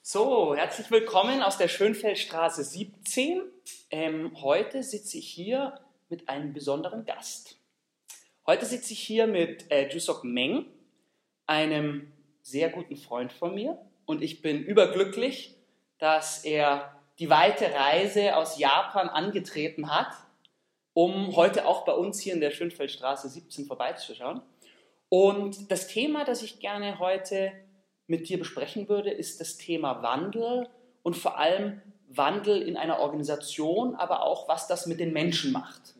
So, herzlich willkommen aus der Schönfeldstraße 17. Heute sitze ich hier mit einem besonderen Gast. Heute sitze ich hier mit Jusok Meng, einem sehr guten Freund von mir. Und ich bin überglücklich, dass er die weite Reise aus Japan angetreten hat, um heute auch bei uns hier in der Schönfeldstraße 17 vorbeizuschauen. Und das Thema, das ich gerne heute mit dir besprechen würde, ist das Thema Wandel und vor allem Wandel in einer Organisation, aber auch, was das mit den Menschen macht.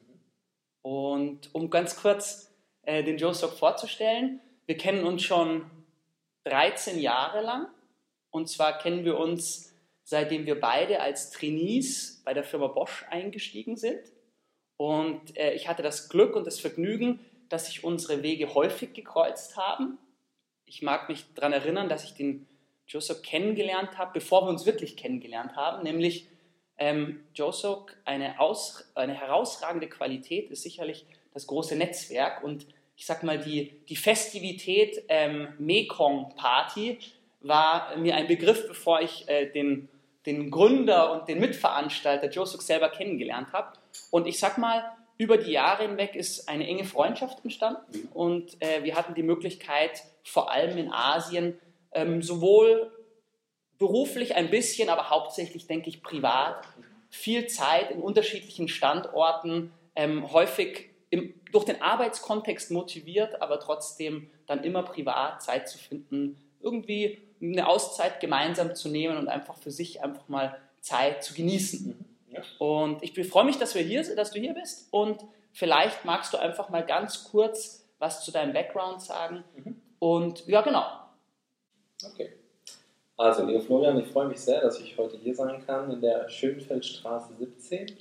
Und um ganz kurz den Jusok vorzustellen, wir kennen uns schon 13 Jahre lang, und zwar kennen wir uns, seitdem wir beide als Trainees bei der Firma Bosch eingestiegen sind. Und ich hatte das Glück und das Vergnügen, dass sich unsere Wege häufig gekreuzt haben. Ich mag mich daran erinnern, dass ich den Jusok kennengelernt habe, bevor wir uns wirklich kennengelernt haben, nämlich Jusok, eine herausragende Qualität ist sicherlich das große Netzwerk, und ich sag mal, die Festivität Mekong Party war mir ein Begriff, bevor ich den Gründer und den Mitveranstalter Jusok selber kennengelernt habe. Und ich sag mal, über die Jahre hinweg ist eine enge Freundschaft entstanden, und wir hatten die Möglichkeit, vor allem in Asien, sowohl beruflich ein bisschen, aber hauptsächlich, denke ich, privat, viel Zeit in unterschiedlichen Standorten, häufig durch den Arbeitskontext motiviert, aber trotzdem dann immer privat Zeit zu finden, irgendwie eine Auszeit gemeinsam zu nehmen und einfach für sich einfach mal Zeit zu genießen. Ja. Und ich freue mich, dass du hier bist, und vielleicht magst du einfach mal ganz kurz was zu deinem Background sagen. Und ja, genau. Okay. Also, lieber Florian, ich freue mich sehr, dass ich heute hier sein kann in der Schönfeldstraße 17.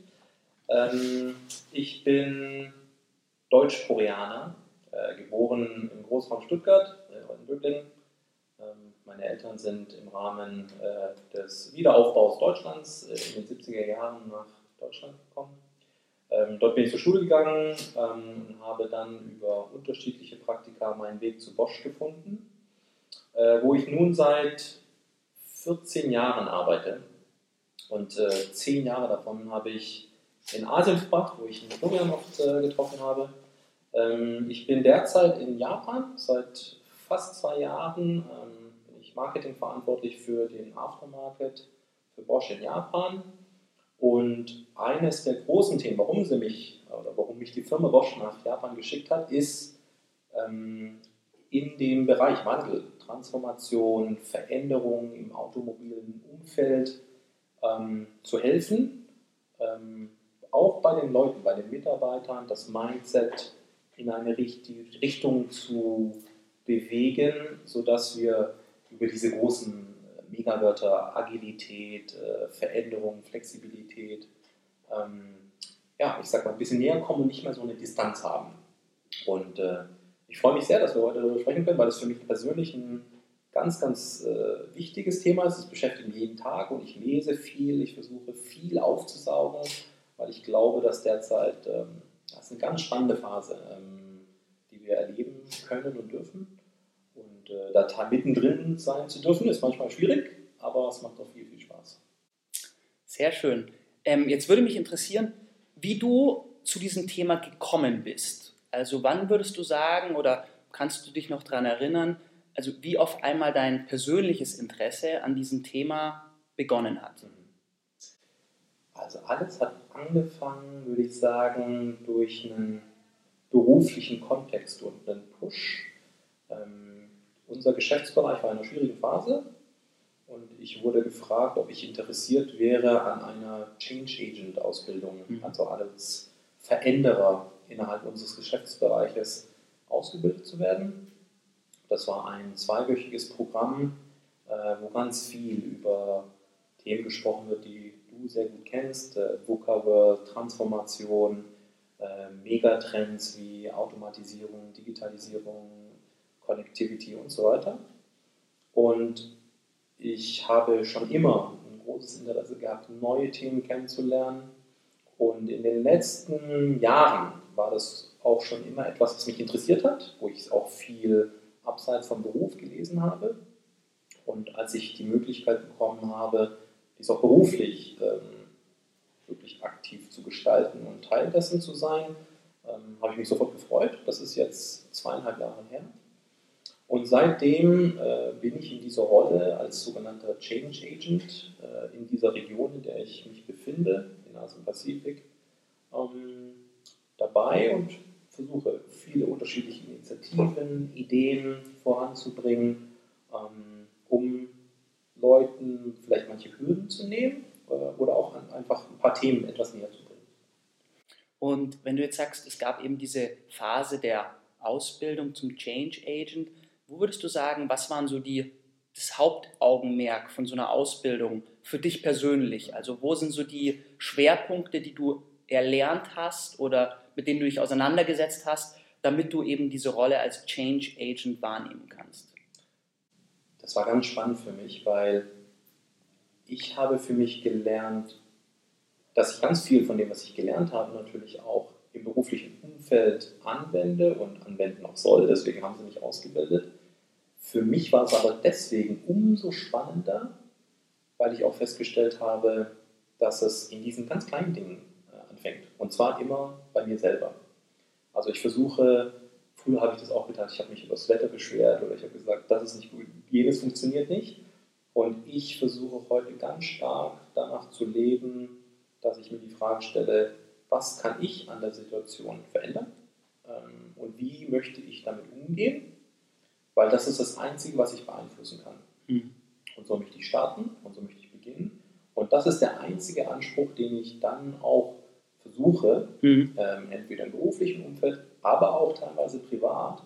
Ich bin Deutsch-Koreaner, geboren im Großraum Stuttgart, in Böblingen. Meine Eltern sind im Rahmen des Wiederaufbaus Deutschlands in den 70er Jahren nach Deutschland gekommen. Dort bin ich zur Schule gegangen und habe dann über unterschiedliche Praktika meinen Weg zu Bosch gefunden, wo ich nun seit 14 Jahren arbeite. Und 10 Jahre davon habe ich in Asien verbracht, wo ich den Florian oft getroffen habe. Ich bin derzeit in Japan, seit fast 2 Jahren. Bin ich Marketing verantwortlich für den Aftermarket für Bosch in Japan. Und eines der großen Themen, warum mich die Firma Bosch nach Japan geschickt hat, ist in dem Bereich Wandel, Transformation, Veränderung im automobilen Umfeld zu helfen, auch bei den Leuten, bei den Mitarbeitern, das Mindset in eine richtige Richtung zu bewegen, sodass wir über diese großen Megawörter Agilität, Veränderung, Flexibilität, ich sag mal, ein bisschen näher kommen und nicht mehr so eine Distanz haben. Und ich freue mich sehr, dass wir heute darüber sprechen können, weil das für mich persönlich ein ganz, ganz wichtiges Thema ist. Es beschäftigt mich jeden Tag, und ich lese viel, ich versuche viel aufzusaugen, weil ich glaube, dass derzeit das ist eine ganz spannende Phase, die wir erleben können und dürfen. Und da mittendrin sein zu dürfen, ist manchmal schwierig, aber es macht auch viel, viel Spaß. Sehr schön. Jetzt würde mich interessieren, wie du zu diesem Thema gekommen bist. Also wann würdest du sagen, oder kannst du dich noch daran erinnern, also wie auf einmal dein persönliches Interesse an diesem Thema begonnen hat? Also alles hat angefangen, würde ich sagen, durch einen beruflichen Kontext und einen Push. Unser Geschäftsbereich war in einer schwierigen Phase, und ich wurde gefragt, ob ich interessiert wäre an einer Change Agent Ausbildung, also als Veränderer innerhalb unseres Geschäftsbereiches ausgebildet zu werden. Das war ein 2-wöchiges Programm, wo ganz viel über Themen gesprochen wird, die du sehr gut kennst, VUCA World, Transformation, Megatrends wie Automatisierung, Digitalisierung, Connectivity und so weiter. Und ich habe schon immer ein großes Interesse gehabt, neue Themen kennenzulernen. Und in den letzten Jahren war das auch schon immer etwas, was mich interessiert hat, wo ich auch viel abseits vom Beruf gelesen habe. Und als ich die Möglichkeit bekommen habe, dies auch beruflich wirklich aktiv zu gestalten und Teil dessen zu sein, habe ich mich sofort gefreut. Das ist jetzt 2,5 Jahre her. Und seitdem bin ich in dieser Rolle als sogenannter Change Agent in dieser Region, in der ich mich befinde, in Asien-Pazifik, dabei und versuche viele unterschiedliche Initiativen, Ideen voranzubringen, um Leuten vielleicht manche Hürden zu nehmen oder auch einfach ein paar Themen etwas näher zu bringen. Und wenn du jetzt sagst, es gab eben diese Phase der Ausbildung zum Change Agent, wo würdest du sagen, was waren so das Hauptaugenmerk von so einer Ausbildung für dich persönlich? Also wo sind so die Schwerpunkte, die du erlernt hast oder mit denen du dich auseinandergesetzt hast, damit du eben diese Rolle als Change Agent wahrnehmen kannst? Das war ganz spannend für mich, weil ich habe für mich gelernt, dass ich ganz viel von dem, was ich gelernt habe, natürlich auch im beruflichen Umfeld anwende und anwenden auch soll. Deswegen haben sie mich ausgebildet. Für mich war es aber deswegen umso spannender, weil ich auch festgestellt habe, dass es in diesen ganz kleinen Dingen anfängt. Und zwar immer bei mir selber. Also ich versuche, früher habe ich das auch getan, ich habe mich über das Wetter beschwert oder ich habe gesagt, das ist nicht gut, jenes funktioniert nicht. Und ich versuche heute ganz stark danach zu leben, dass ich mir die Frage stelle, was kann ich an der Situation verändern und wie möchte ich damit umgehen, weil das ist das Einzige, was ich beeinflussen kann. Mhm. Und so möchte ich starten und so möchte ich beginnen. Und das ist der einzige Anspruch, den ich dann auch versuche, entweder im beruflichen Umfeld, aber auch teilweise privat,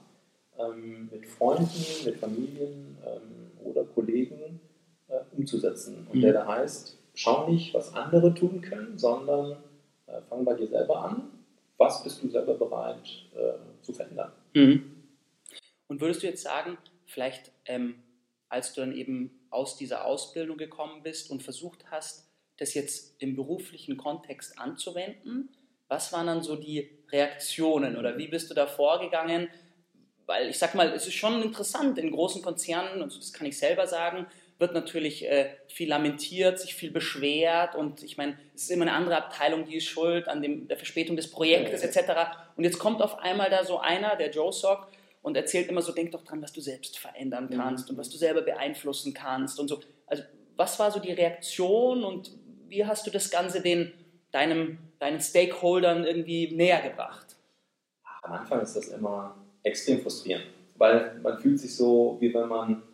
mit Freunden, mit Familien oder Kollegen umzusetzen. Und der da heißt, schau nicht, was andere tun können, sondern fang bei dir selber an. Was bist du selber bereit zu verändern? Mhm. Und würdest du jetzt sagen, vielleicht als du dann eben aus dieser Ausbildung gekommen bist und versucht hast, das jetzt im beruflichen Kontext anzuwenden, was waren dann so die Reaktionen oder wie bist du da vorgegangen? Weil ich sag mal, es ist schon interessant, in großen Konzernen, und das kann ich selber sagen, wird natürlich viel lamentiert, sich viel beschwert und ich meine, es ist immer eine andere Abteilung, die ist schuld an der Verspätung des Projektes etc. Und jetzt kommt auf einmal da so einer, der Joe Sock, und erzählt immer so, denk doch dran, was du selbst verändern kannst und was du selber beeinflussen kannst und so. Also was war so die Reaktion und wie hast du das Ganze deinen Stakeholdern irgendwie näher gebracht? Am Anfang ist das immer extrem frustrierend, weil man fühlt sich so, wie wenn man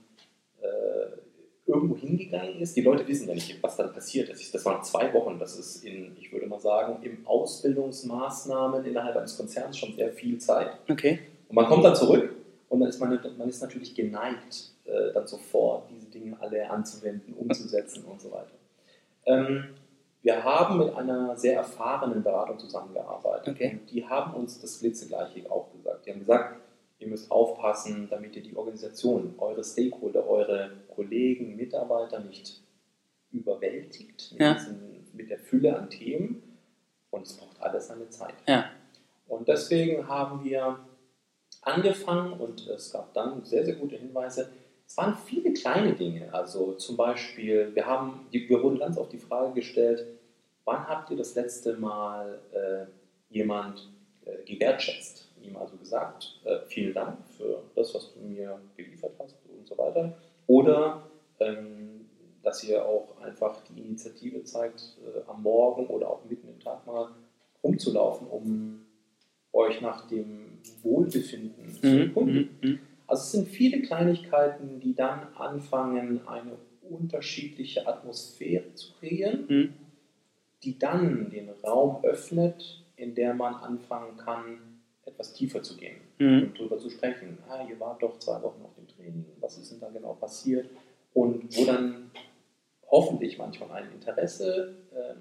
irgendwo hingegangen ist. Die Leute wissen ja nicht, was dann passiert ist. Das waren 2 Wochen, das ist ich würde mal sagen, im Ausbildungsmaßnahmen innerhalb eines Konzerns schon sehr viel Zeit. Okay. Und man kommt dann zurück und dann ist man ist natürlich geneigt, dann sofort diese Dinge alle anzuwenden, umzusetzen und so weiter. Wir haben mit einer sehr erfahrenen Beratung zusammengearbeitet. Okay. Und die haben uns das Glitzegleiche auch gesagt. Die haben gesagt, ihr müsst aufpassen, damit ihr die Organisation, eure Stakeholder, eure Kollegen, Mitarbeiter nicht überwältigt mit der Fülle an Themen. Und es braucht alles seine Zeit. Ja. Und deswegen haben wir angefangen und es gab dann sehr, sehr gute Hinweise. Es waren viele kleine Dinge. Also zum Beispiel, wir wurden ganz oft die Frage gestellt, wann habt ihr das letzte Mal jemand gewertschätzt? Ihm also gesagt, vielen Dank für das, was du mir geliefert hast und so weiter. Oder dass ihr auch einfach die Initiative zeigt, am Morgen oder auch mitten im Tag mal rumzulaufen, um euch nach dem Wohlbefinden zu erkunden. Also es sind viele Kleinigkeiten, die dann anfangen, eine unterschiedliche Atmosphäre zu kreieren, die dann den Raum öffnet, in der man anfangen kann, etwas tiefer zu gehen und darüber zu sprechen. Ihr wart doch 2 Wochen auf dem Training, was ist denn da genau passiert? Und wo dann hoffentlich manchmal ein Interesse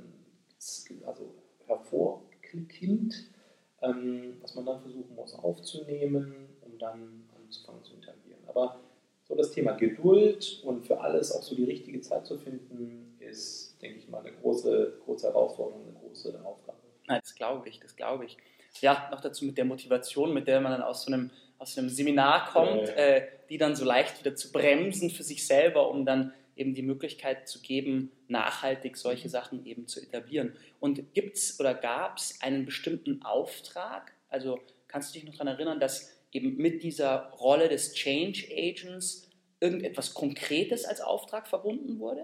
hervorklingt, was man dann versuchen muss aufzunehmen, um dann anzufangen zu interagieren. Aber so das Thema Geduld und für alles auch so die richtige Zeit zu finden, ist, denke ich mal, eine große Herausforderung, eine große Aufgabe. Das glaube ich. Ja, noch dazu mit der Motivation, mit der man dann aus so einem aus einem Seminar kommt, die dann so leicht wieder zu bremsen für sich selber, um dann eben die Möglichkeit zu geben, nachhaltig solche Sachen eben zu etablieren. Und gibt's oder gab es einen bestimmten Auftrag? Also kannst du dich noch daran erinnern, dass eben mit dieser Rolle des Change Agents irgendetwas Konkretes als Auftrag verbunden wurde?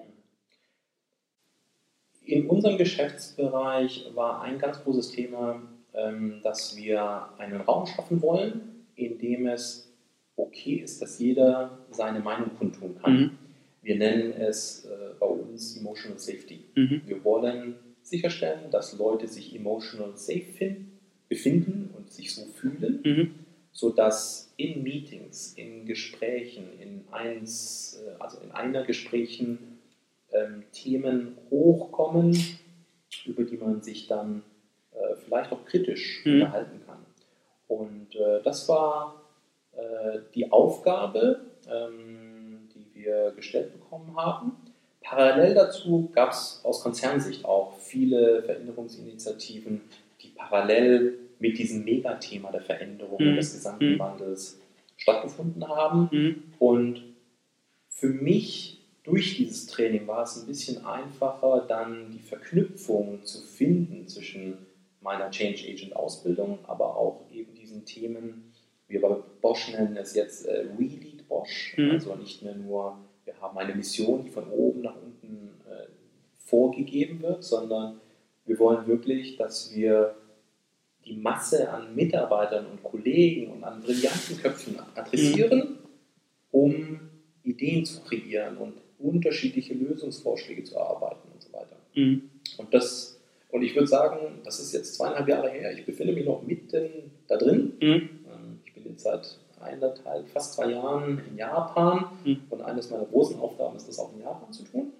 In unserem Geschäftsbereich war ein ganz großes Thema, dass wir einen Raum schaffen wollen, in dem es okay ist, dass jeder seine Meinung kundtun kann. Mhm. Wir nennen es bei uns Emotional Safety. Mhm. Wir wollen sicherstellen, dass Leute sich emotional safe befinden und sich so fühlen, sodass in Meetings, in Gesprächen, in einer Gesprächen Themen hochkommen, über die man sich dann vielleicht auch kritisch unterhalten kann. Und das war die Aufgabe, die wir gestellt bekommen haben. Parallel dazu gab es aus Konzernsicht auch viele Veränderungsinitiativen, die parallel mit diesem Megathema der Veränderung und des gesamten Wandels stattgefunden haben. Und für mich durch dieses Training war es ein bisschen einfacher, dann die Verknüpfung zu finden zwischen meiner Change Agent Ausbildung, aber auch eben diesen Themen, wir bei Bosch nennen es jetzt Relead Bosch, also nicht mehr nur, wir haben eine Mission, die von oben nach unten vorgegeben wird, sondern wir wollen wirklich, dass wir die Masse an Mitarbeitern und Kollegen und an brillanten Köpfen adressieren, um Ideen zu kreieren und unterschiedliche Lösungsvorschläge zu erarbeiten und so weiter. Und ich würde sagen, das ist jetzt 2,5 Jahre her, ich befinde mich noch mitten da drin. Ich bin jetzt seit fast 2 Jahren in Japan und eines meiner großen Aufgaben ist, das auch in Japan zu tun.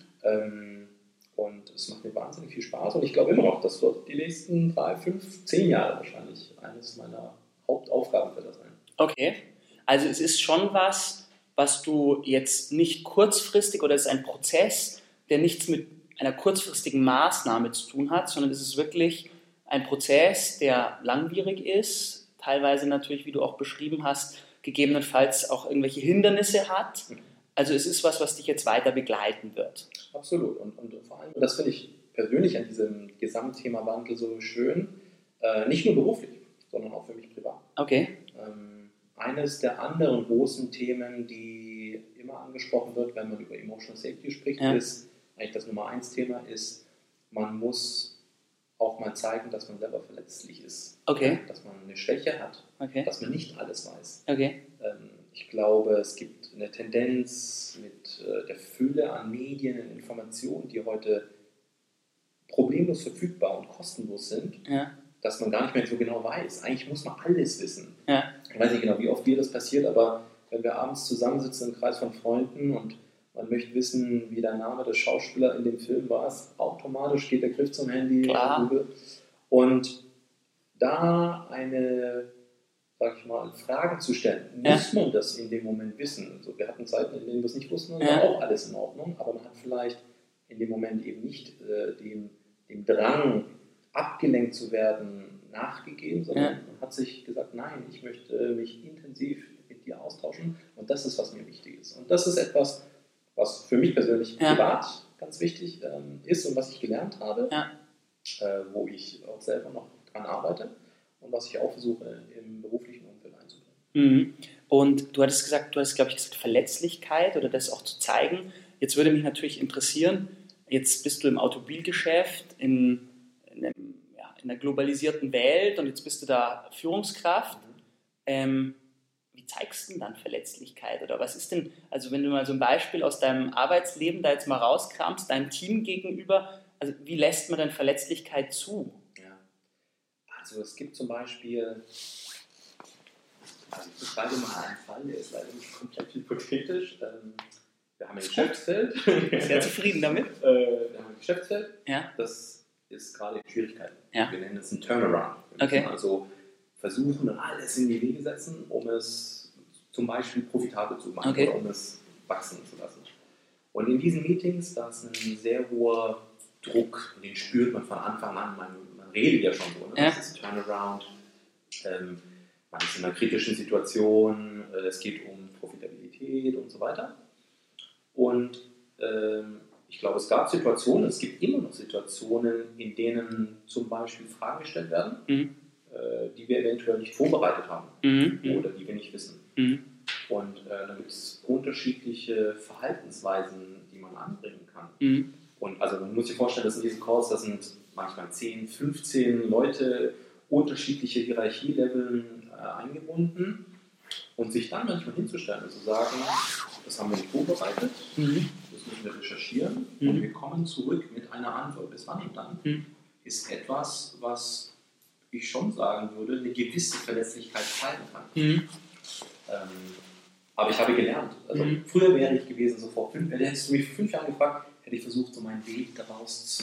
Und es macht mir wahnsinnig viel Spaß und ich glaube immer noch, das wird die nächsten 3, 5, 10 Jahre wahrscheinlich eines meiner Hauptaufgabenfelder sein. Okay, also es ist schon was du jetzt nicht kurzfristig, oder es ist ein Prozess, der nichts mit einer kurzfristigen Maßnahme zu tun hat, sondern es ist wirklich ein Prozess, der langwierig ist, teilweise natürlich, wie du auch beschrieben hast, gegebenenfalls auch irgendwelche Hindernisse hat. Also es ist was dich jetzt weiter begleiten wird. Absolut. Und vor allem, das finde ich persönlich an diesem Gesamtthema Wandel so schön, nicht nur beruflich, sondern auch für mich privat. Okay. Eines der anderen großen Themen, die immer angesprochen wird, wenn man über Emotional Safety spricht, ist eigentlich das Nummer 1 Thema, ist, man muss auch mal zeigen, dass man selber verletzlich ist. Okay. Dass man eine Schwäche hat, dass man nicht alles weiß. Okay. Ich glaube, es gibt eine Tendenz mit der Fülle an Medien und Informationen, die heute problemlos verfügbar und kostenlos sind, dass man gar nicht mehr so genau weiß. Eigentlich muss man alles wissen. Ich weiß nicht genau, wie oft dir das passiert, aber wenn wir abends zusammensitzen im Kreis von Freunden und man möchte wissen, wie der Name des Schauspielers in dem Film war, automatisch geht der Griff zum Handy. Klar. Und da eine, sag ich mal, Frage zu stellen, muss man das in dem Moment wissen? Also wir hatten Zeiten, in denen wir es nicht wussten, und war auch alles in Ordnung, aber man hat vielleicht in dem Moment eben nicht dem Drang, abgelenkt zu werden, nachgegeben, sondern man hat sich gesagt, nein, ich möchte mich intensiv mit dir austauschen und das ist, was mir wichtig ist. Und das ist etwas, was für mich persönlich privat ganz wichtig ist und was ich gelernt habe, wo ich auch selber noch dran arbeite und was ich auch versuche, im beruflichen Umfeld einzubringen. Und du hattest, glaube ich, gesagt, Verletzlichkeit oder das auch zu zeigen. Jetzt würde mich natürlich interessieren, jetzt bist du im Automobilgeschäft, in einer globalisierten Welt und jetzt bist du da Führungskraft. Wie zeigst du denn dann Verletzlichkeit? Oder was ist denn, also wenn du mal so ein Beispiel aus deinem Arbeitsleben da jetzt mal rauskramst, deinem Team gegenüber, also wie lässt man denn Verletzlichkeit zu? Ja, also es gibt zum Beispiel, also ich beschreibe mal einen Fall, der ist leider nicht komplett hypothetisch. Wir haben ein Geschäftsfeld. Sehr zufrieden damit? Wir haben ein Geschäftsfeld, das ist gerade in Schwierigkeiten. Wir nennen es einen Turnaround. Wir müssen also versuchen, alles in die Wege setzen, um es zum Beispiel profitabel zu machen oder um es wachsen zu lassen. Und in diesen Meetings, da ist ein sehr hoher Druck, den spürt man von Anfang an. Man redet ja schon so, das ist Turnaround. man ist in einer kritischen Situation, es geht um Profitabilität und so weiter. Und ich glaube, es gab Situationen, es gibt immer noch Situationen, in denen zum Beispiel Fragen gestellt werden, die wir eventuell nicht vorbereitet haben oder die wir nicht wissen. Und da gibt es unterschiedliche Verhaltensweisen, die man anbringen kann. Und also man muss sich vorstellen, dass in diesen Calls, da sind manchmal 10, 15 Leute, unterschiedliche Hierarchieleveln eingebunden und sich dann manchmal hinzustellen und zu sagen, das haben wir nicht vorbereitet, das müssen wir recherchieren und wir kommen zurück mit einer Antwort. Bis wann und dann ist etwas, was ich schon sagen würde, eine gewisse Verlässlichkeit zeigen kann. Aber ich habe gelernt. Also früher wäre ich gewesen, so vor 5 Jahren, hättest du mich vor 5 Jahren gefragt, hätte ich versucht, so meinen Weg daraus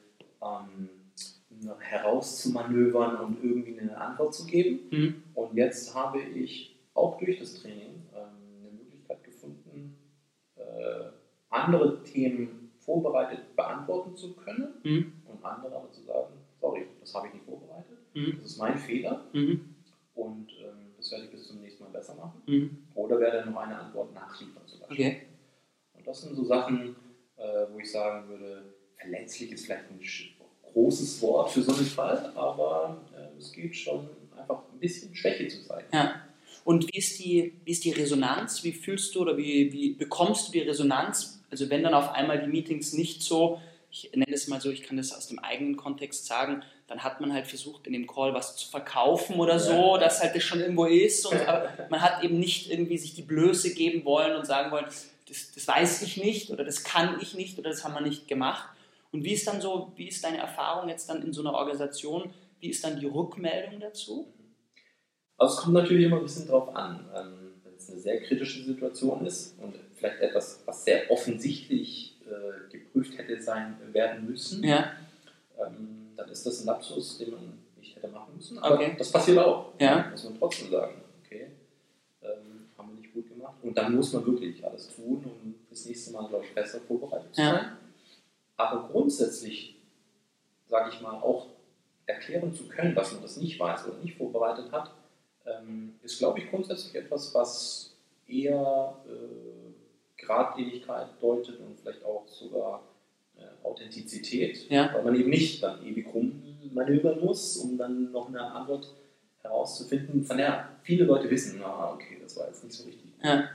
herauszumanövern und irgendwie eine Antwort zu geben. Und jetzt habe ich auch durch das Training eine Möglichkeit gefunden, andere Themen vorbereitet beantworten zu können und andere aber zu sagen, sorry, das habe ich nicht vorbereitet, das ist mein Fehler und das werde ich bis zum nächsten Mal besser machen. Oder werde noch eine Antwort nachliefern zum Beispiel. Okay. Und das sind so Sachen, wo ich sagen würde, verletzlich ist vielleicht ein großes Wort für so einen Fall, aber es geht schon einfach ein bisschen Schwäche zu zeigen. Ja. Und wie ist die Resonanz? Wie fühlst du oder wie bekommst du die Resonanz? Also wenn dann auf einmal die Meetings nicht so, ich nenne es mal so, ich kann das aus dem eigenen Kontext sagen, dann hat man halt versucht, in dem Call was zu verkaufen oder so, dass halt das schon irgendwo ist. Und, aber man hat eben nicht irgendwie sich die Blöße geben wollen und sagen wollen, das weiß ich nicht oder das kann ich nicht oder das haben wir nicht gemacht. Und wie ist dann so, wie ist deine Erfahrung jetzt dann in so einer Organisation? Wie ist dann die Rückmeldung dazu? Also es kommt natürlich immer ein bisschen drauf an. Wenn es eine sehr kritische Situation ist und vielleicht etwas, was sehr offensichtlich geprüft hätte werden müssen, dann ist das ein Lapsus, den man nicht hätte machen müssen. Aber das passiert auch. Muss man trotzdem sagen, okay, haben wir nicht gut gemacht. Und dann muss man wirklich alles tun, um das nächste Mal, glaube ich, besser vorbereitet zu sein. Aber grundsätzlich, sage ich mal, auch erklären zu können, dass man das nicht weiß oder nicht vorbereitet hat, ist, glaube ich, grundsätzlich etwas, was eher Geradlinigkeit deutet und vielleicht auch sogar Authentizität, weil man eben nicht dann ewig rummanövern muss, um dann noch eine Antwort herauszufinden, von der viele Leute wissen, okay, das war jetzt nicht so richtig.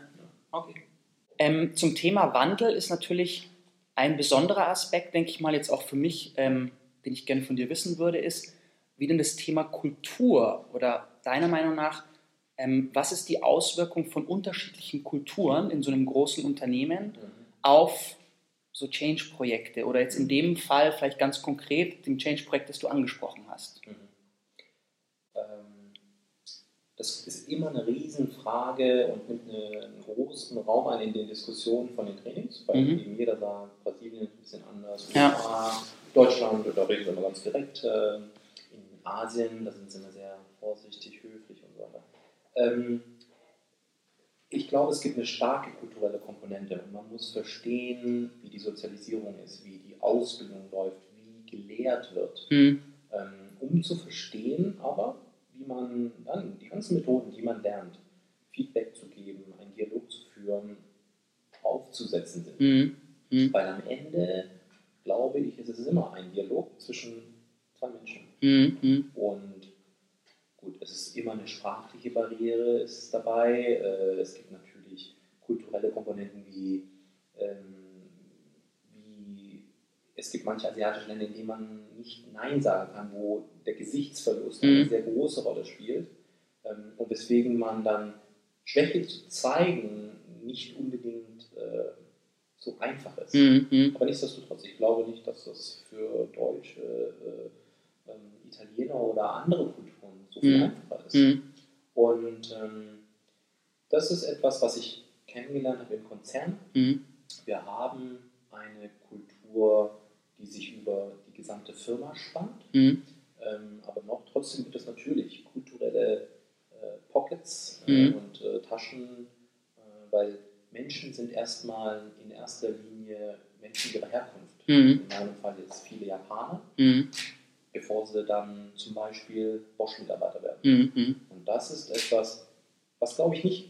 Okay. Zum Thema Wandel ist natürlich ein besonderer Aspekt, denke ich mal, jetzt auch für mich, den ich gerne von dir wissen würde, ist, wie denn das Thema Kultur oder deiner Meinung nach, was ist die Auswirkung von unterschiedlichen Kulturen in so einem großen Unternehmen auf so Change-Projekte oder jetzt in dem Fall vielleicht ganz konkret dem Change-Projekt, das du angesprochen hast? Das ist immer eine Riesenfrage und nimmt einen großen Raum ein in den Diskussionen von den Trainings, weil eben jeder sagt, Brasilien ist ein bisschen anders, USA, Deutschland, da reden wir immer ganz direkt, in Asien, da sind sie immer sehr vorsichtig, höflich und so weiter. Ich glaube, es gibt eine starke kulturelle Komponente und man muss verstehen, wie die Sozialisierung ist, wie die Ausbildung läuft, wie gelehrt wird, um zu verstehen, aber wie man dann die ganzen Methoden, die man lernt, Feedback zu geben, einen Dialog zu führen, aufzusetzen sind. Weil am Ende, glaube ich, ist es immer ein Dialog zwischen zwei Menschen. Und gut, es ist immer eine sprachliche Barriere ist dabei. Es gibt natürlich kulturelle Komponenten wie es gibt manche asiatische Länder, in denen man nicht Nein sagen kann, wo der Gesichtsverlust eine sehr große Rolle spielt und weswegen man dann Schwäche zu zeigen nicht unbedingt so einfach ist. Aber nichtsdestotrotz, ich glaube nicht, dass das für Deutsche, Italiener oder andere Kulturen so viel einfacher ist. Und das ist etwas, was ich kennengelernt habe im Konzern. Wir haben eine Kultur, die sich über die gesamte Firma spannt, aber noch trotzdem gibt es natürlich kulturelle Pockets und Taschen, weil Menschen sind erstmal in erster Linie Menschen ihrer Herkunft. In meinem Fall jetzt viele Japaner, bevor sie dann zum Beispiel Bosch-Mitarbeiter werden. Mhm. Und das ist etwas, was glaube ich nicht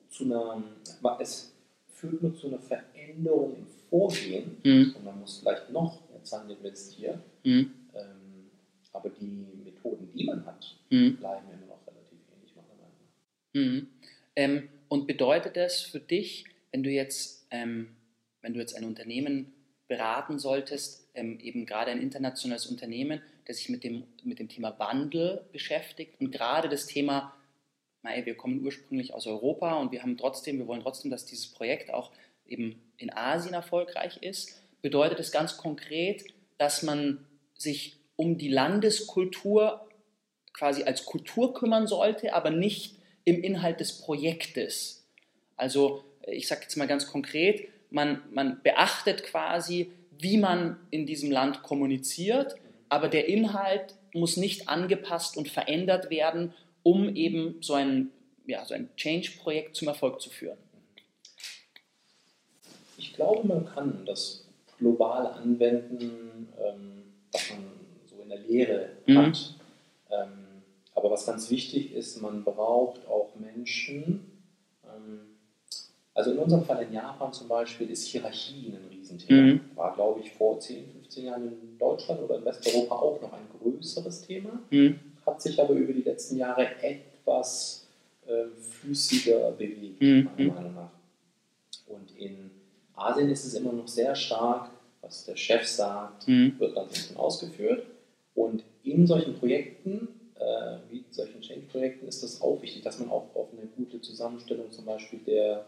es führt nur zu einer Veränderung im Vorgehen und man muss vielleicht noch mehr Zeit investieren. Aber die Methoden, die man hat, bleiben immer noch relativ ähnlich, meiner Meinung nach. Und bedeutet das für dich, wenn du jetzt ein Unternehmen beraten solltest, eben gerade ein internationales Unternehmen, das sich mit dem Thema Wandel beschäftigt und gerade das Thema, wir kommen ursprünglich aus Europa und wir wollen trotzdem, dass dieses Projekt auch eben in Asien erfolgreich ist, bedeutet es ganz konkret, dass man sich um die Landeskultur quasi als Kultur kümmern sollte, aber nicht im Inhalt des Projektes. Also ich sage jetzt mal ganz konkret, man beachtet quasi, wie man in diesem Land kommuniziert, aber der Inhalt muss nicht angepasst und verändert werden, um eben so ein Change-Projekt zum Erfolg zu führen. Ich glaube, man kann das global anwenden, was man so in der Lehre hat. Aber was ganz wichtig ist, man braucht auch Menschen. Also in unserem Fall in Japan zum Beispiel ist Hierarchie ein Riesenthema. War, glaube ich, vor 10, 15 Jahren in Deutschland oder in Westeuropa auch noch ein größeres Thema. Hat sich aber über die letzten Jahre etwas flüssiger bewegt, meiner Meinung nach. Und in Asien ist es immer noch sehr stark, was der Chef sagt, wird dann hinten ausgeführt. Und in solchen Projekten, wie solchen Change-Projekten, ist das auch wichtig, dass man auch auf eine gute Zusammenstellung zum Beispiel der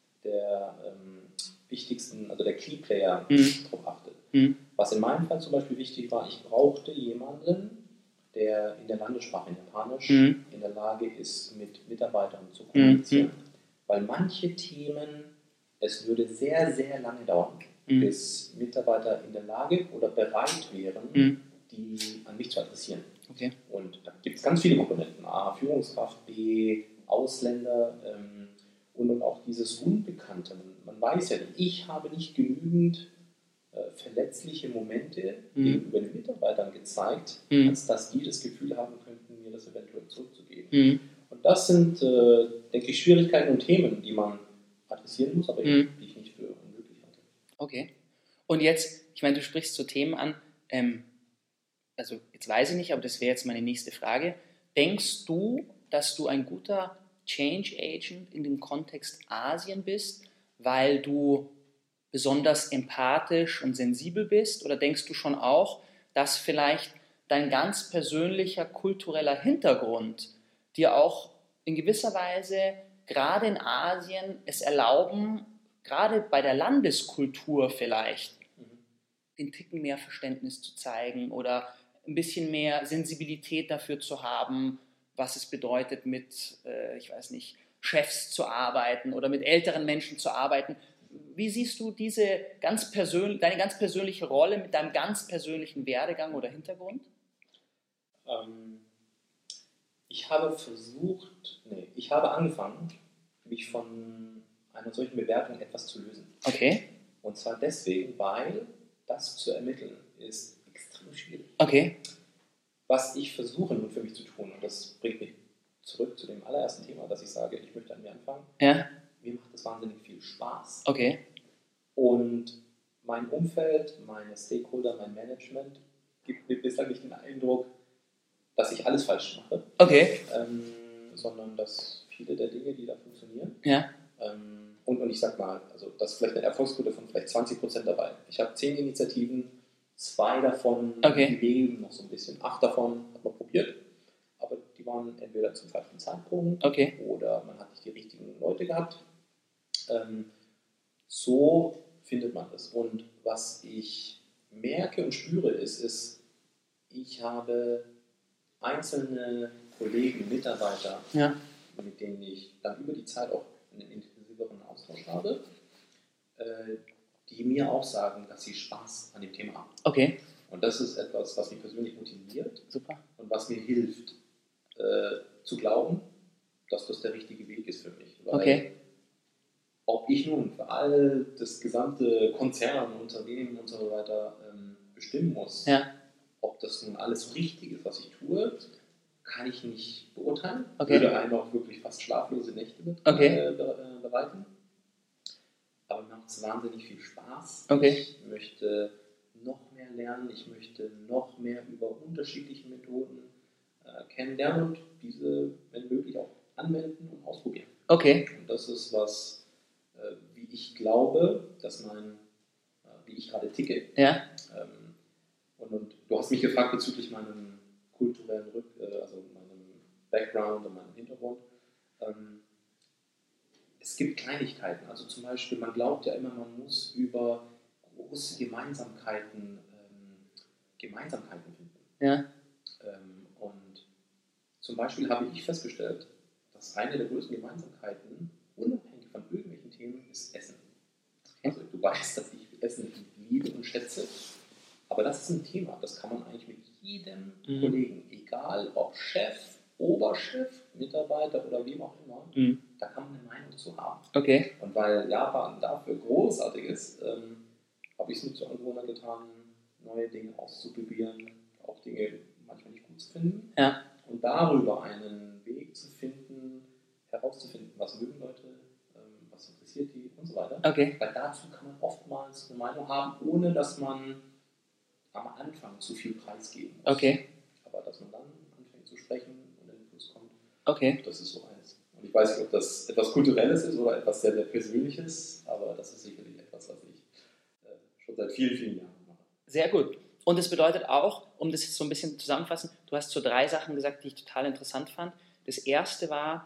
wichtigsten, also der Key-Player darauf achtet. Was in meinem Fall zum Beispiel wichtig war, ich brauchte jemanden, der in der Landessprache in Japanisch in der Lage ist, mit Mitarbeitern zu kommunizieren. Weil manche Themen, es würde sehr, sehr lange dauern, bis Mitarbeiter in der Lage oder bereit wären, die an mich zu adressieren. Okay. Und da gibt es ganz viele Komponenten. A, Führungskraft, B, Ausländer und auch dieses Unbekannte. Man weiß ja nicht, ich habe nicht genügend verletzliche Momente gegenüber den Mitarbeitern gezeigt, als dass die das Gefühl haben könnten, mir das eventuell zurückzugeben. Und das sind, denke ich, Schwierigkeiten und Themen, die man adressieren muss, aber die ich nicht für unmöglich halte. Okay. Und jetzt, ich meine, du sprichst so Themen an, also jetzt weiß ich nicht, aber das wäre jetzt meine nächste Frage. Denkst du, dass du ein guter Change Agent in dem Kontext Asien bist, weil du besonders empathisch und sensibel bist? Oder denkst du schon auch, dass vielleicht dein ganz persönlicher kultureller Hintergrund dir auch in gewisser Weise gerade in Asien es erlauben, gerade bei der Landeskultur vielleicht, den Ticken mehr Verständnis zu zeigen oder ein bisschen mehr Sensibilität dafür zu haben, was es bedeutet, mit, Chefs zu arbeiten oder mit älteren Menschen zu arbeiten. Wie siehst du deine ganz persönliche Rolle mit deinem ganz persönlichen Werdegang oder Hintergrund? Ich habe angefangen, mich von einer solchen Bewertung etwas zu lösen. Okay. Und zwar deswegen, weil das zu ermitteln ist extrem schwierig. Okay. Was ich versuche nun für mich zu tun, und das bringt mich zurück zu dem allerersten Thema, dass ich sage, ich möchte an mir anfangen. Ja. Mir macht das wahnsinnig viel Spaß. Okay. Und mein Umfeld, meine Stakeholder, mein Management gibt mir bislang nicht den Eindruck, dass ich alles falsch mache. Okay. Sondern dass viele der Dinge, die da funktionieren. Ja. Und ich sag mal, also das ist vielleicht eine Erfolgsquote von vielleicht 20% dabei. Ich habe 10 Initiativen, 2 davon die leben noch so ein bisschen. 8 davon hat man probiert, aber die waren entweder zum falschen Zeitpunkt oder man hat nicht die richtigen Leute gehabt. So findet man das. Und was ich merke und spüre, ist, ich habe einzelne Kollegen, Mitarbeiter, mit denen ich dann über die Zeit auch einen intensiveren Austausch habe, die mir auch sagen, dass sie Spaß an dem Thema haben. Okay. Und das ist etwas, was mich persönlich motiviert. Super. Und was mir hilft, zu glauben, dass das der richtige Weg ist für mich. Weil ob ich nun für all das gesamte Konzern, Unternehmen und so weiter bestimmen muss, ob das nun alles richtig ist, was ich tue, kann ich nicht beurteilen. Okay. Würde einem auch wirklich fast schlaflose Nächte bereiten. Aber mir macht es wahnsinnig viel Spaß. Okay. Ich möchte noch mehr lernen. Ich möchte noch mehr über unterschiedliche Methoden kennenlernen und diese, wenn möglich, auch anwenden und ausprobieren. Okay. Und das ist was, wie ich glaube, wie ich gerade ticke. Ja. Und du hast mich gefragt bezüglich meinem kulturellen also meinem Background und meinem Hintergrund. Es gibt Kleinigkeiten. Also zum Beispiel, man glaubt ja immer, man muss über große Gemeinsamkeiten finden. Ja. Und zum Beispiel habe ich festgestellt, dass eine der größten Gemeinsamkeiten, unabhängig von irgendwelchen Themen, ist Essen. Also du weißt, dass ich Essen liebe und schätze, aber das ist ein Thema, das kann man eigentlich mit jedem Kollegen, egal ob Chef, Oberchef, Mitarbeiter oder wem auch immer, da kann man eine Meinung zu haben. Okay. Und weil Japan dafür großartig ist, habe ich es mir zur Angewohnheit getan, neue Dinge auszuprobieren, auch Dinge manchmal nicht gut zu finden. Ja. Und darüber einen Weg zu finden, herauszufinden, was mögen Leute, was interessiert die und so weiter. Okay. Weil dazu kann man oftmals eine Meinung haben, ohne dass man am Anfang zu viel preisgeben muss. Okay. Aber dass man dann anfängt zu sprechen und in den Fluss kommt, okay. Das ist so eines. Und ich weiß nicht, ob das etwas Kulturelles ist oder etwas sehr, sehr Persönliches, aber das ist sicherlich etwas, was ich schon seit vielen, vielen Jahren mache. Sehr gut. Und das bedeutet auch, um das jetzt so ein bisschen zusammenzufassen, du hast so 3 Sachen gesagt, die ich total interessant fand. Das erste war,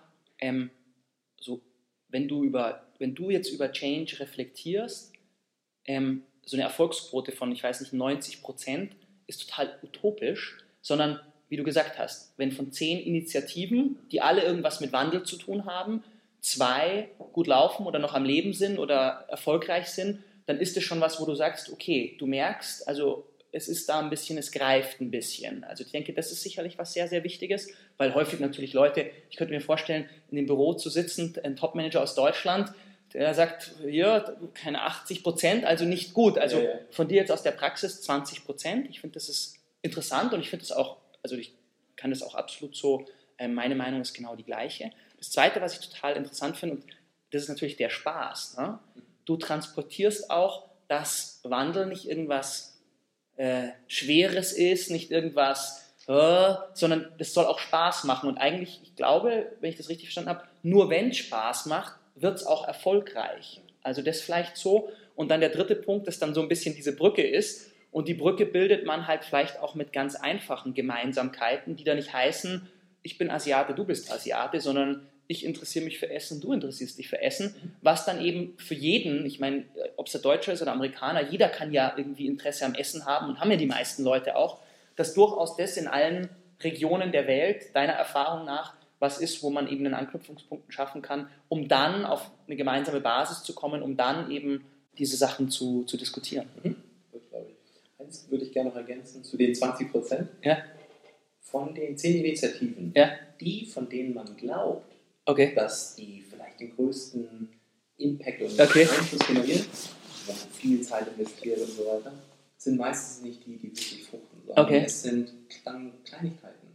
wenn du jetzt über Change reflektierst, so eine Erfolgsquote von, ich weiß nicht, 90% ist total utopisch, sondern, wie du gesagt hast, wenn von 10 Initiativen, die alle irgendwas mit Wandel zu tun haben, 2 gut laufen oder noch am Leben sind oder erfolgreich sind, dann ist es schon was, wo du sagst, okay, du merkst, also es ist da ein bisschen, es greift ein bisschen. Also ich denke, das ist sicherlich was sehr, sehr Wichtiges, weil häufig natürlich Leute, ich könnte mir vorstellen, in dem Büro zu sitzen, ein Topmanager aus Deutschland, der sagt, hier, keine 80%, also nicht gut. Also von dir jetzt aus der Praxis 20%. Ich finde, das ist interessant und ich finde das auch, also ich kann das auch absolut so, meine Meinung ist genau die gleiche. Das Zweite, was ich total interessant finde, und das ist natürlich der Spaß. Ne? Du transportierst auch, dass Wandel nicht irgendwas Schweres ist, nicht irgendwas, sondern das soll auch Spaß machen. Und eigentlich, ich glaube, wenn ich das richtig verstanden habe, nur wenn es Spaß macht, wird es auch erfolgreich. Also das vielleicht so. Und dann der dritte Punkt, dass dann so ein bisschen diese Brücke ist. Und die Brücke bildet man halt vielleicht auch mit ganz einfachen Gemeinsamkeiten, die da nicht heißen, ich bin Asiate, du bist Asiate, sondern ich interessiere mich für Essen, du interessierst dich für Essen, was dann eben für jeden, ich meine, ob es der Deutsche ist oder Amerikaner, jeder kann ja irgendwie Interesse am Essen haben und haben ja die meisten Leute auch, dass durchaus das in allen Regionen der Welt, deiner Erfahrung nach, was ist, wo man eben einen Anknüpfungspunkt schaffen kann, um dann auf eine gemeinsame Basis zu kommen, um dann eben diese Sachen zu diskutieren. Das glaube ich. Eins würde ich gerne noch ergänzen zu den 20%. Ja. Von den 10 Initiativen, die, von denen man glaubt, dass die vielleicht den größten Impact und Einfluss generieren, wenn man viel Zeit investiert und so weiter, sind meistens nicht die wirklich fruchten, sondern es sind Kleinigkeiten.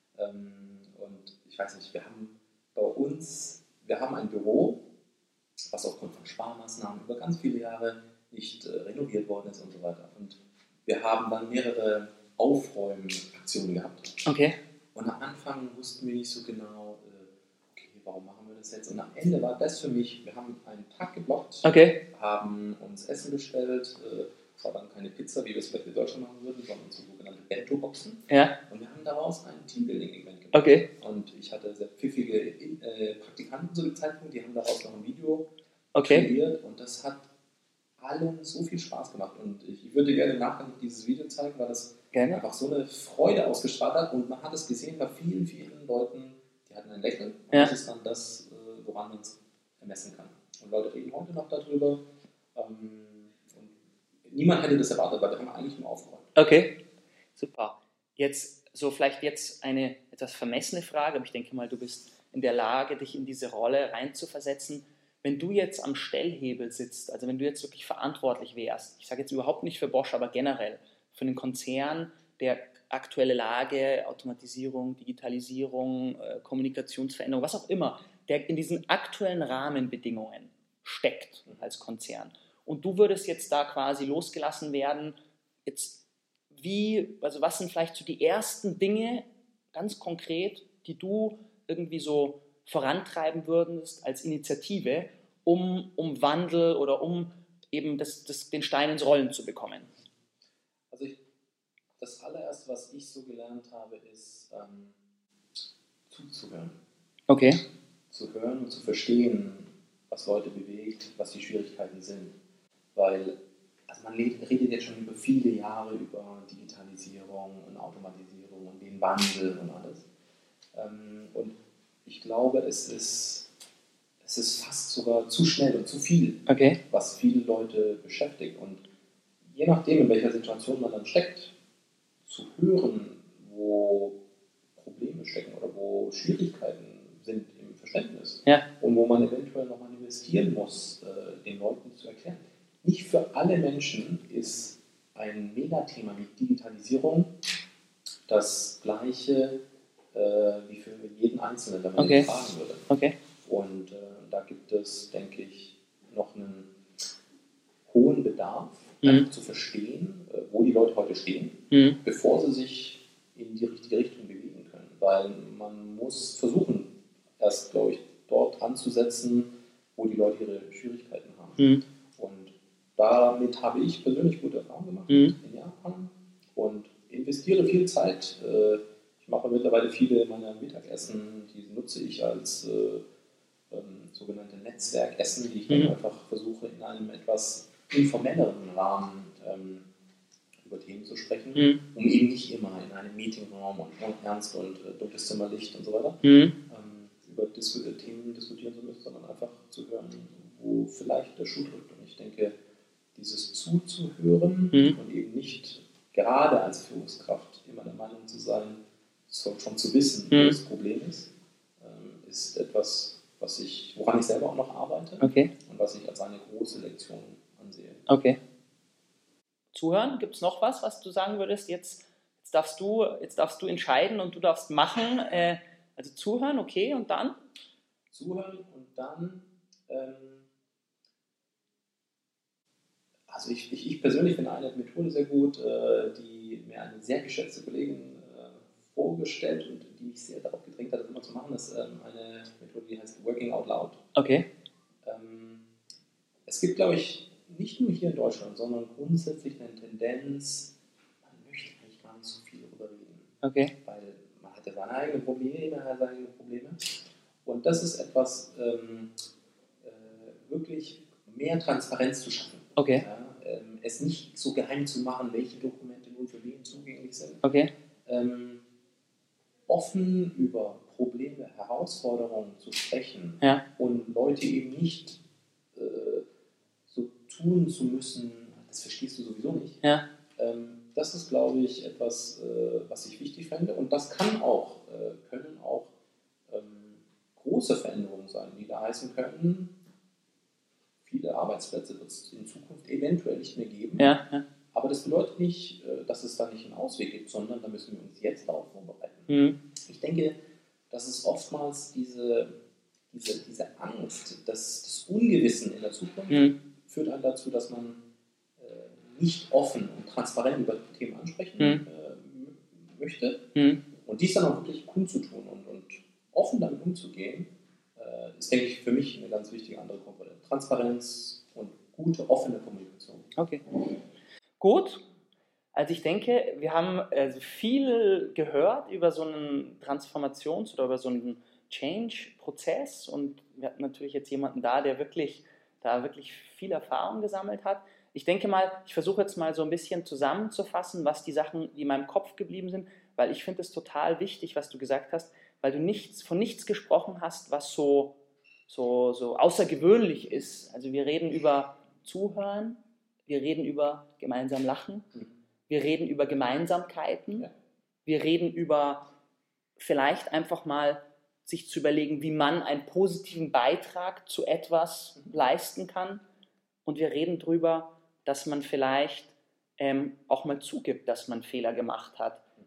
Und ich weiß nicht, wir haben ein Büro, was aufgrund von Sparmaßnahmen über ganz viele Jahre nicht renoviert worden ist und so weiter. Und wir haben dann mehrere Aufräumaktionen gehabt. Und am Anfang wussten wir nicht so genau, warum machen wir das jetzt? Und am Ende war das für mich, wir haben einen Tag geblockt, haben uns Essen bestellt, es war dann keine Pizza, wie wir es vielleicht in Deutschland machen würden, sondern so sogenannte Bento-Boxen. Und wir haben daraus ein Teambuilding-Event gemacht. Und ich hatte sehr pfiffige Praktikanten zu dem Zeitpunkt, die haben daraus noch ein Video kreiert und das hat allen so viel Spaß gemacht. Und ich würde gerne im Nachgang dieses Video zeigen, weil das einfach so eine Freude ausgestrahlt hat und man hat es gesehen bei vielen, vielen Leuten, die hatten ein Lächeln und das ist dann das, woran man es ermessen kann. Und Leute reden heute noch darüber. Und niemand hätte das erwartet, weil wir haben eigentlich nur aufgeräumt. Okay, super. Vielleicht jetzt eine etwas vermessene Frage, aber ich denke mal, du bist in der Lage, dich in diese Rolle reinzuversetzen. Wenn du jetzt am Stellhebel sitzt, also wenn du jetzt wirklich verantwortlich wärst, ich sage jetzt überhaupt nicht für Bosch, aber generell für einen Konzern, der aktuelle Lage, Automatisierung, Digitalisierung, Kommunikationsveränderung, was auch immer, der in diesen aktuellen Rahmenbedingungen steckt als Konzern. Und du würdest jetzt da quasi losgelassen werden, jetzt also was sind vielleicht so die ersten Dinge, ganz konkret, die du irgendwie so vorantreiben würdest als Initiative, um Wandel oder um eben den Stein ins Rollen zu bekommen? Also das allererste, was ich so gelernt habe, ist zuzuhören. Okay. Zu hören und zu verstehen, was Leute bewegt, was die Schwierigkeiten sind. Weil man redet jetzt schon über viele Jahre über Digitalisierung und Automatisierung und den Wandel und alles. Und ich glaube, es ist fast sogar zu schnell und zu viel, okay, was viele Leute beschäftigt. Und je nachdem, in welcher Situation man dann steckt, zu hören, wo Probleme stecken oder wo Schwierigkeiten sind im Verständnis, ja, und wo man eventuell nochmal investieren muss, den Leuten zu erklären. Nicht für alle Menschen ist ein Megathema wie Digitalisierung das gleiche wie für jeden Einzelnen, wenn man ihn fragen würde. Okay. Und da gibt es, denke ich, noch einen hohen Bedarf, einfach zu verstehen, wo die Leute heute stehen, bevor sie sich in die richtige Richtung bewegen können. Weil man muss versuchen, erst, glaube ich, dort anzusetzen, wo die Leute ihre Schwierigkeiten haben. Und damit habe ich persönlich gute Erfahrungen gemacht in Japan und investiere viel Zeit. Ich mache mittlerweile viele meiner Mittagessen, die nutze ich als sogenannte Netzwerkessen, die ich dann einfach versuche, in einem etwas informelleren Rahmen über Themen zu sprechen, um eben nicht immer in einem Meetingraum und ernst und dunkles Zimmerlicht und so weiter über Themen diskutieren zu müssen, sondern einfach zu hören, wo vielleicht der Schuh drückt. Und ich denke, dieses Zuzuhören und eben nicht gerade als Führungskraft immer der Meinung zu sein, schon zu wissen, wo das Problem ist etwas, woran ich selber auch noch arbeite und was ich als eine große Lektion ansehe. Okay. Zuhören, gibt es noch was du sagen würdest, jetzt darfst du entscheiden und du darfst machen, also zuhören, okay, und dann? Zuhören und dann, also ich persönlich finde eine Methode sehr gut, die mir eine sehr geschätzte Kollegin vorgestellt und die mich sehr darauf gedrängt hat, das immer zu machen, das ist eine Methode, die heißt Working Out Loud. Okay. Es gibt, glaube ich, nicht nur hier in Deutschland, sondern grundsätzlich eine Tendenz, man möchte eigentlich gar nicht so viel darüber reden. Okay. Weil man hat ja seine eigenen Probleme, Und das ist etwas, wirklich mehr Transparenz zu schaffen. Okay. Ja, es nicht so geheim zu machen, welche Dokumente nun für wen zugänglich sind. Okay. Offen über Probleme, Herausforderungen zu sprechen und Leute eben nicht so tun zu müssen, das verstehst du sowieso nicht. Ja. Das ist, glaube ich, etwas, was ich wichtig fände. Und das können auch große Veränderungen sein, die da heißen können, viele Arbeitsplätze wird es in Zukunft eventuell nicht mehr geben. Ja. Aber das bedeutet nicht, dass es da nicht einen Ausweg gibt, sondern da müssen wir uns jetzt darauf vorbereiten. Ich denke, dass es oftmals diese Angst, das Ungewissen in der Zukunft führt einen dazu, dass man nicht offen und transparent über Themen ansprechen möchte. Und dies dann auch wirklich kundzutun und offen damit umzugehen, ist, denke ich, für mich eine ganz wichtige andere Komponente. Transparenz und gute, offene Kommunikation. Okay. Gut. Also ich denke, wir haben viel gehört über so einen Transformations- oder über so einen Change-Prozess und wir hatten natürlich jetzt jemanden da, der wirklich viel Erfahrung gesammelt hat. Ich denke mal, ich versuche jetzt mal so ein bisschen zusammenzufassen, was die Sachen, die in meinem Kopf geblieben sind, weil ich finde es total wichtig, was du gesagt hast, weil du von nichts gesprochen hast, was so außergewöhnlich ist. Also wir reden über Zuhören, wir reden über gemeinsam lachen, wir reden über Gemeinsamkeiten, wir reden über vielleicht einfach mal sich zu überlegen, wie man einen positiven Beitrag zu etwas leisten kann. Und wir reden darüber, dass man vielleicht auch mal zugibt, dass man Fehler gemacht hat.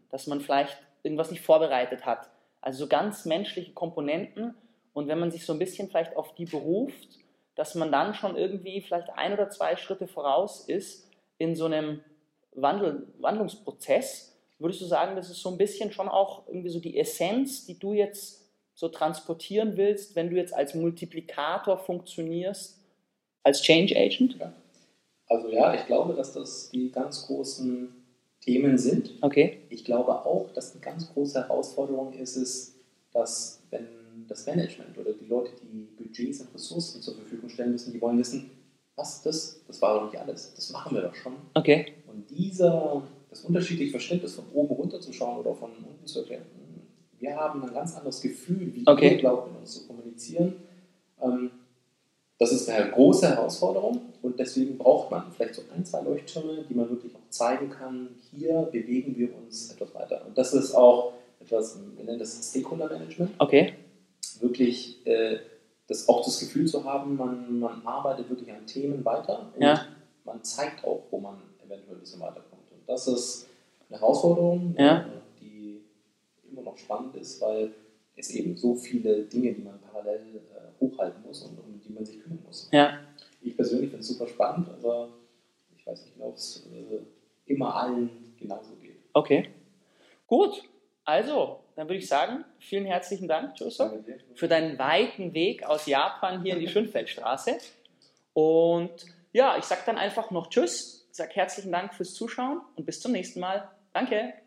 dass man vielleicht irgendwas nicht vorbereitet hat. Also so ganz menschliche Komponenten. Und wenn man sich so ein bisschen vielleicht auf die beruft, dass man dann schon irgendwie vielleicht 1 oder 2 Schritte voraus ist in so einem Wandlungsprozess, würdest du sagen, das ist so ein bisschen schon auch irgendwie so die Essenz, die du jetzt so transportieren willst, wenn du jetzt als Multiplikator funktionierst, als Change Agent? Ja. Also ja, ich glaube, dass das die ganz großen Themen sind. Okay. Ich glaube auch, dass eine ganz große Herausforderung ist, dass wenn das Management oder die Leute, die Budgets und Ressourcen zur Verfügung stellen müssen, die wollen wissen, was das war doch nicht alles, das machen wir doch schon. Okay. Und das unterschiedliche Verständnis von oben runter zu schauen oder von unten zu erklären, wir haben ein ganz anderes Gefühl, wie wir glauben, mit uns zu kommunizieren. Das ist eine große Herausforderung und deswegen braucht man vielleicht so 1, 2 Leuchttürme, die man wirklich auch zeigen kann, hier bewegen wir uns etwas weiter. Und das ist auch etwas, wir nennen das Stakeholder Management. Okay. Wirklich auch das Gefühl zu haben, man arbeitet wirklich an Themen weiter und man zeigt auch, wo man eventuell ein bisschen weiterkommt. Und das ist eine Herausforderung, die immer noch spannend ist, weil es eben so viele Dinge, die man parallel hochhalten muss und um die man sich kümmern muss. Ja. Ich persönlich finde es super spannend, aber ich weiß nicht genau, ob es immer allen genauso geht. Okay. Gut. Also, dann würde ich sagen, vielen herzlichen Dank, Joseph, für deinen weiten Weg aus Japan hier in die Schönfeldstraße. Und ja, ich sage dann einfach noch Tschüss, sage herzlichen Dank fürs Zuschauen und bis zum nächsten Mal. Danke.